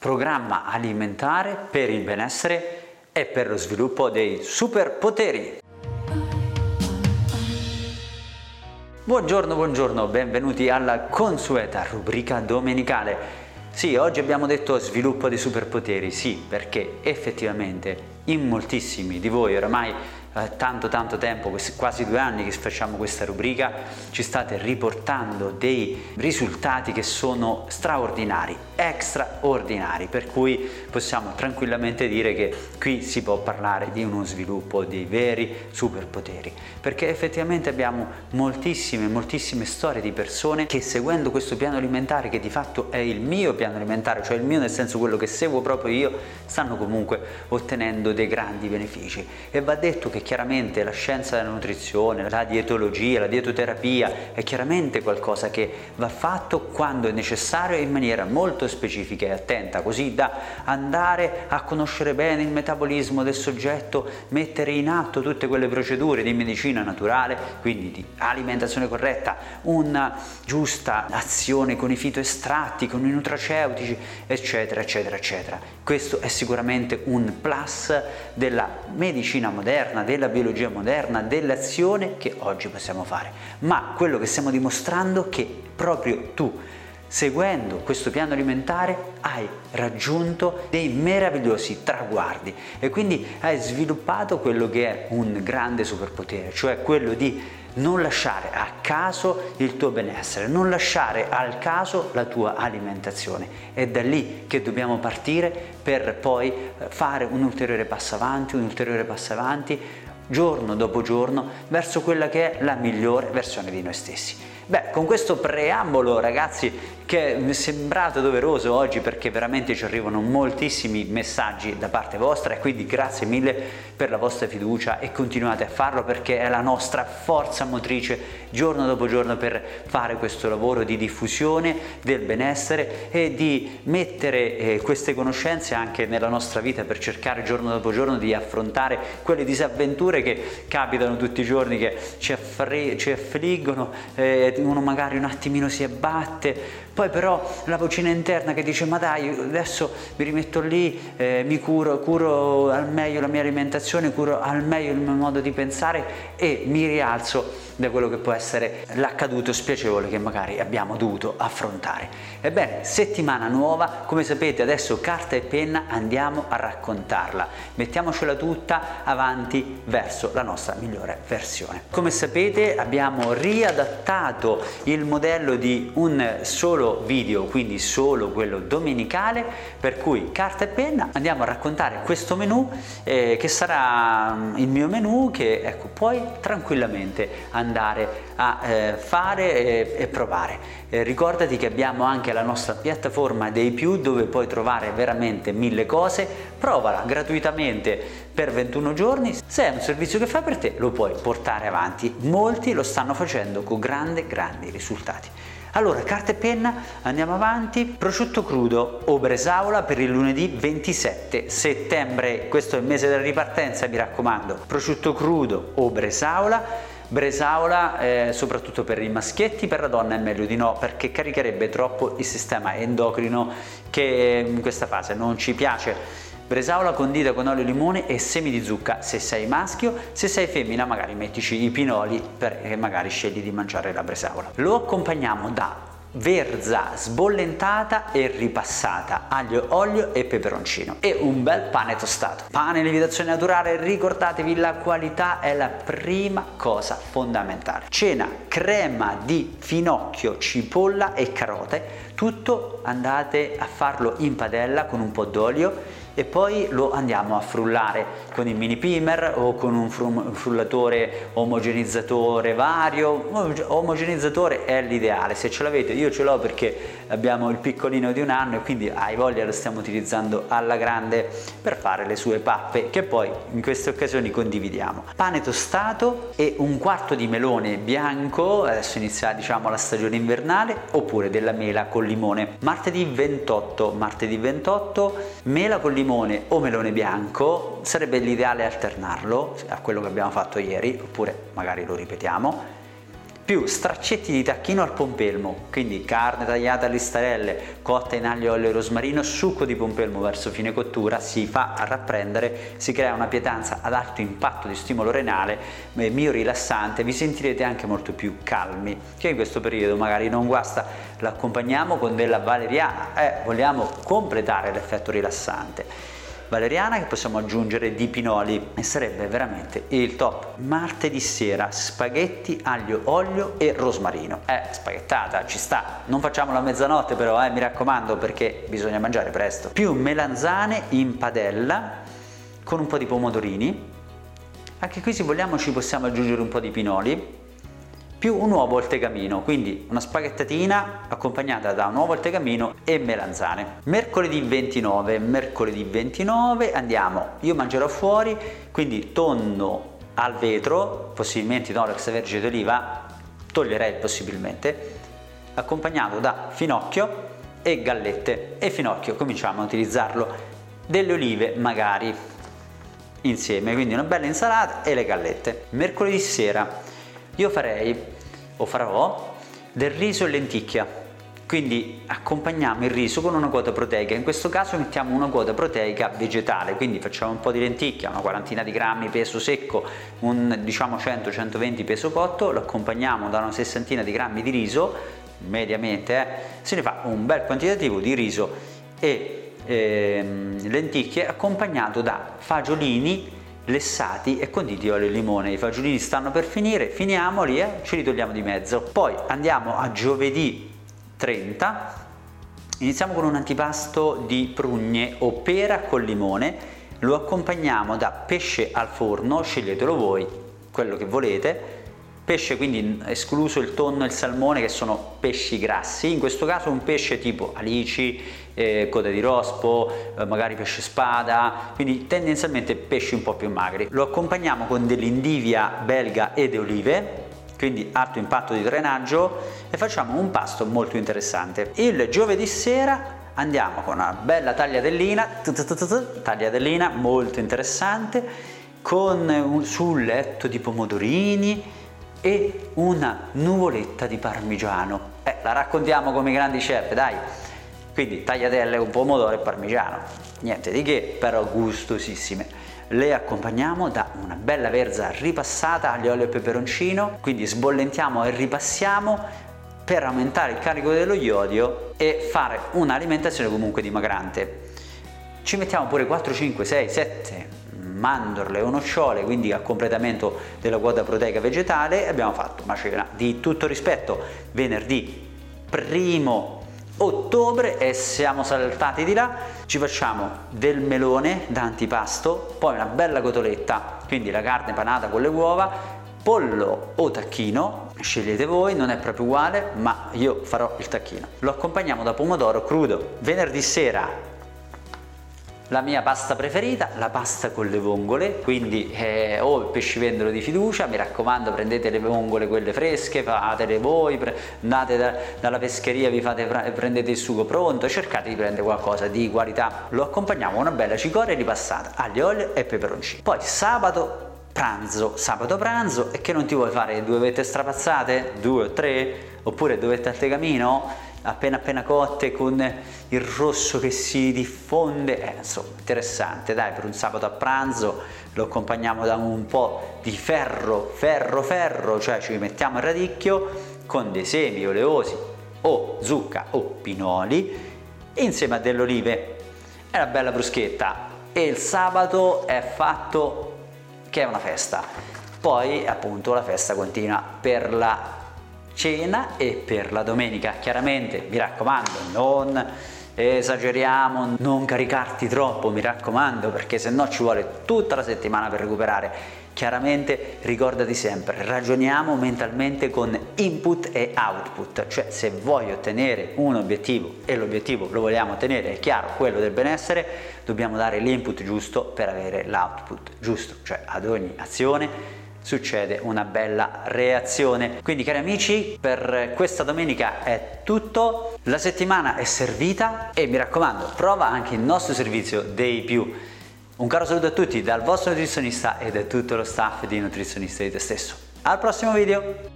programma alimentare per il benessere e per lo sviluppo dei superpoteri. Buongiorno, benvenuti alla consueta rubrica domenicale. Sì, oggi abbiamo detto sviluppo dei superpoteri, sì, perché effettivamente in moltissimi di voi oramai tanto tempo, quasi 2 anni che facciamo questa rubrica, ci state riportando dei risultati che sono straordinari, per cui possiamo tranquillamente dire che qui si può parlare di uno sviluppo di veri superpoteri, perché effettivamente abbiamo moltissime storie di persone che, seguendo questo piano alimentare, che di fatto è il mio piano alimentare, cioè il mio nel senso quello che seguo proprio io, stanno comunque ottenendo dei grandi benefici. E va detto che chiaramente la scienza della nutrizione, la dietologia, la dietoterapia è chiaramente qualcosa che va fatto quando è necessario e in maniera molto specifica e attenta, così da andare a conoscere bene il metabolismo del soggetto, mettere in atto tutte quelle procedure di medicina naturale, quindi di alimentazione corretta, una giusta azione con i fitoestratti, con i nutraceutici, eccetera. Questo è sicuramente un plus della medicina moderna, della biologia moderna, dell'azione che oggi possiamo fare. Ma quello che stiamo dimostrando è che proprio tu, seguendo questo piano alimentare, hai raggiunto dei meravigliosi traguardi e quindi hai sviluppato quello che è un grande superpotere, cioè quello di non lasciare a caso il tuo benessere, non lasciare al caso la tua alimentazione. È da lì che dobbiamo partire per poi fare un ulteriore passo avanti, giorno dopo giorno, verso quella che è la migliore versione di noi stessi. Beh, con questo preambolo, ragazzi, che mi è sembrato doveroso oggi, perché veramente ci arrivano moltissimi messaggi da parte vostra, e quindi grazie mille per la vostra fiducia e continuate a farlo, perché è la nostra forza motrice giorno dopo giorno per fare questo lavoro di diffusione del benessere e di mettere queste conoscenze anche nella nostra vita, per cercare giorno dopo giorno di affrontare quelle disavventure che capitano tutti i giorni, che ci affliggono, uno magari un attimino si abbatte, poi però la vocina interna che dice: ma dai, adesso mi rimetto lì, mi curo al meglio la mia alimentazione, curo al meglio il mio modo di pensare e mi rialzo da quello che può essere l'accaduto spiacevole che magari abbiamo dovuto affrontare. Ebbene, settimana nuova, come sapete adesso carta e penna, andiamo a raccontarla, mettiamocela tutta avanti verso la nostra migliore versione. Come sapete abbiamo riadattato il modello di un solo video, quindi solo quello domenicale, per cui carta e penna, andiamo a raccontare questo menù che sarà il mio menù, che ecco puoi tranquillamente andare a fare e provare. Ricordati che abbiamo anche la nostra piattaforma dei più, dove puoi trovare veramente 1000 cose. Provala gratuitamente per 21 giorni. Se è un servizio che fa per te, lo puoi portare avanti. Molti lo stanno facendo con grandi risultati. Allora, carta e penna, andiamo avanti. Prosciutto crudo o bresaola per il lunedì 27 settembre. Questo è il mese della ripartenza, mi raccomando. Prosciutto crudo o bresaola. Soprattutto per i maschietti, per la donna è meglio di no, perché caricherebbe troppo il sistema endocrino, che in questa fase non ci piace. Bresaola condita con olio, limone e semi di zucca se sei maschio. Se sei femmina magari mettici i pinoli, perché magari scegli di mangiare la bresaola. Lo accompagniamo da verza sbollentata e ripassata, aglio, olio e peperoncino, e un bel pane tostato. Pane in lievitazione naturale, ricordatevi, la qualità è la prima cosa fondamentale. Cena, crema di finocchio, cipolla e carote, tutto andate a farlo in padella con un po' d'olio e poi lo andiamo a frullare con il mini primer o con un frullatore omogenizzatore vario. Omogenizzatore è l'ideale, se ce l'avete. Io ce l'ho perché abbiamo il piccolino di 1 anno e quindi hai voglia lo stiamo utilizzando alla grande per fare le sue pappe, che poi in queste occasioni condividiamo. Pane tostato e un quarto di melone bianco, adesso inizia diciamo la stagione invernale, oppure della mela con limone. Martedì 28 mela con limone o melone bianco, sarebbe l'ideale alternarlo a quello che abbiamo fatto ieri, oppure magari lo ripetiamo. più straccetti di tacchino al pompelmo, quindi carne tagliata a listarelle, cotta in aglio, olio e rosmarino, succo di pompelmo verso fine cottura, si fa rapprendere, si crea una pietanza ad alto impatto di stimolo renale, miorilassante, vi sentirete anche molto più calmi, che in questo periodo magari non guasta. L'accompagniamo con della valeriana, vogliamo completare l'effetto rilassante. Valeriana che possiamo aggiungere di pinoli e sarebbe veramente il top. Martedì sera spaghetti, aglio, olio e rosmarino. Spaghettata, ci sta. Non facciamola a mezzanotte però, mi raccomando, perché bisogna mangiare presto. Più melanzane in padella con un po' di pomodorini. Anche qui se vogliamo ci possiamo aggiungere un po' di pinoli. Più un uovo al tegamino, quindi una spaghettatina accompagnata da un uovo al tegamino e melanzane. Mercoledì 29 andiamo, io mangerò fuori, quindi tonno al vetro, possibilmente tonno extravergine d'oliva, toglierei possibilmente, accompagnato da finocchio e gallette. E finocchio cominciamo a utilizzarlo, delle olive magari insieme, quindi una bella insalata e le gallette. Mercoledì sera io farò del riso e lenticchia, quindi accompagniamo il riso con una quota proteica. In questo caso mettiamo una quota proteica vegetale, quindi facciamo un po' di lenticchia, una quarantina di grammi peso secco, diciamo 100-120 peso cotto, lo accompagniamo da una sessantina di grammi di riso, mediamente, se ne fa un bel quantitativo di riso e lenticchie, accompagnato da fagiolini lessati e conditi olio e limone. I fagiolini stanno per finire, finiamoli e ci ritogliamo di mezzo. Poi andiamo a giovedì 30, iniziamo con un antipasto di prugne o pera con limone, lo accompagniamo da pesce al forno, sceglietelo voi, quello che volete. Pesce, quindi escluso il tonno e il salmone che sono pesci grassi, in questo caso un pesce tipo alici, coda di rospo, magari pesce spada, quindi tendenzialmente pesci un po' più magri. Lo accompagniamo con dell'indivia belga e de olive, quindi alto impatto di drenaggio, e facciamo un pasto molto interessante. Il giovedì sera andiamo con una bella tagliatellina molto interessante, con sul letto di pomodorini e una nuvoletta di parmigiano. La raccontiamo come grandi chef, dai. Quindi tagliatelle con pomodoro e parmigiano, niente di che, però gustosissime. Le accompagniamo da una bella verza ripassata aglio, olio e peperoncino, quindi sbollentiamo e ripassiamo per aumentare il carico dello iodio e fare un'alimentazione comunque dimagrante. Ci mettiamo pure 4, 5, 6, 7 mandorle o nocciole, quindi a completamento della quota proteica vegetale, e abbiamo fatto una cena di tutto rispetto venerdì 1 ottobre e siamo saltati di là. Ci facciamo del melone da antipasto, poi una bella cotoletta, quindi la carne panata con le uova, pollo o tacchino, scegliete voi, non è proprio uguale, ma io farò il tacchino. Lo accompagniamo da pomodoro crudo. Venerdì sera la mia pasta preferita, la pasta con le vongole, quindi o il pescivendolo di fiducia, mi raccomando, prendete le vongole quelle fresche, fatele voi, andate dalla pescheria, prendete il sugo pronto, cercate di prendere qualcosa di qualità. Lo accompagniamo con una bella cicoria ripassata, aglio, olio e peperoncino. Poi sabato pranzo, e che non ti vuoi fare 2 uvette strapazzate, 2 o 3, oppure 2 uvette al tegamino appena cotte con il rosso che si diffonde, insomma interessante, dai, per un sabato a pranzo. Lo accompagniamo da un po' di ferro, cioè ci mettiamo il radicchio con dei semi oleosi o zucca o pinoli insieme a delle olive e una bella bruschetta, e il sabato è fatto che è una festa. Poi appunto la festa continua per la cena e per la domenica. Chiaramente mi raccomando, non esageriamo, non caricarti troppo, mi raccomando, perché se no ci vuole tutta la settimana per recuperare. Chiaramente ricordati sempre, ragioniamo mentalmente con input e output, cioè se vuoi ottenere un obiettivo e l'obiettivo lo vogliamo ottenere, è chiaro, quello del benessere, dobbiamo dare l'input giusto per avere l'output giusto, cioè ad ogni azione succede una bella reazione. Quindi cari amici, per questa domenica è tutto, la settimana è servita e mi raccomando, prova anche il nostro servizio Day+. Un caro saluto a tutti dal vostro nutrizionista e da tutto lo staff di Nutrizionista di te stesso. Al prossimo video!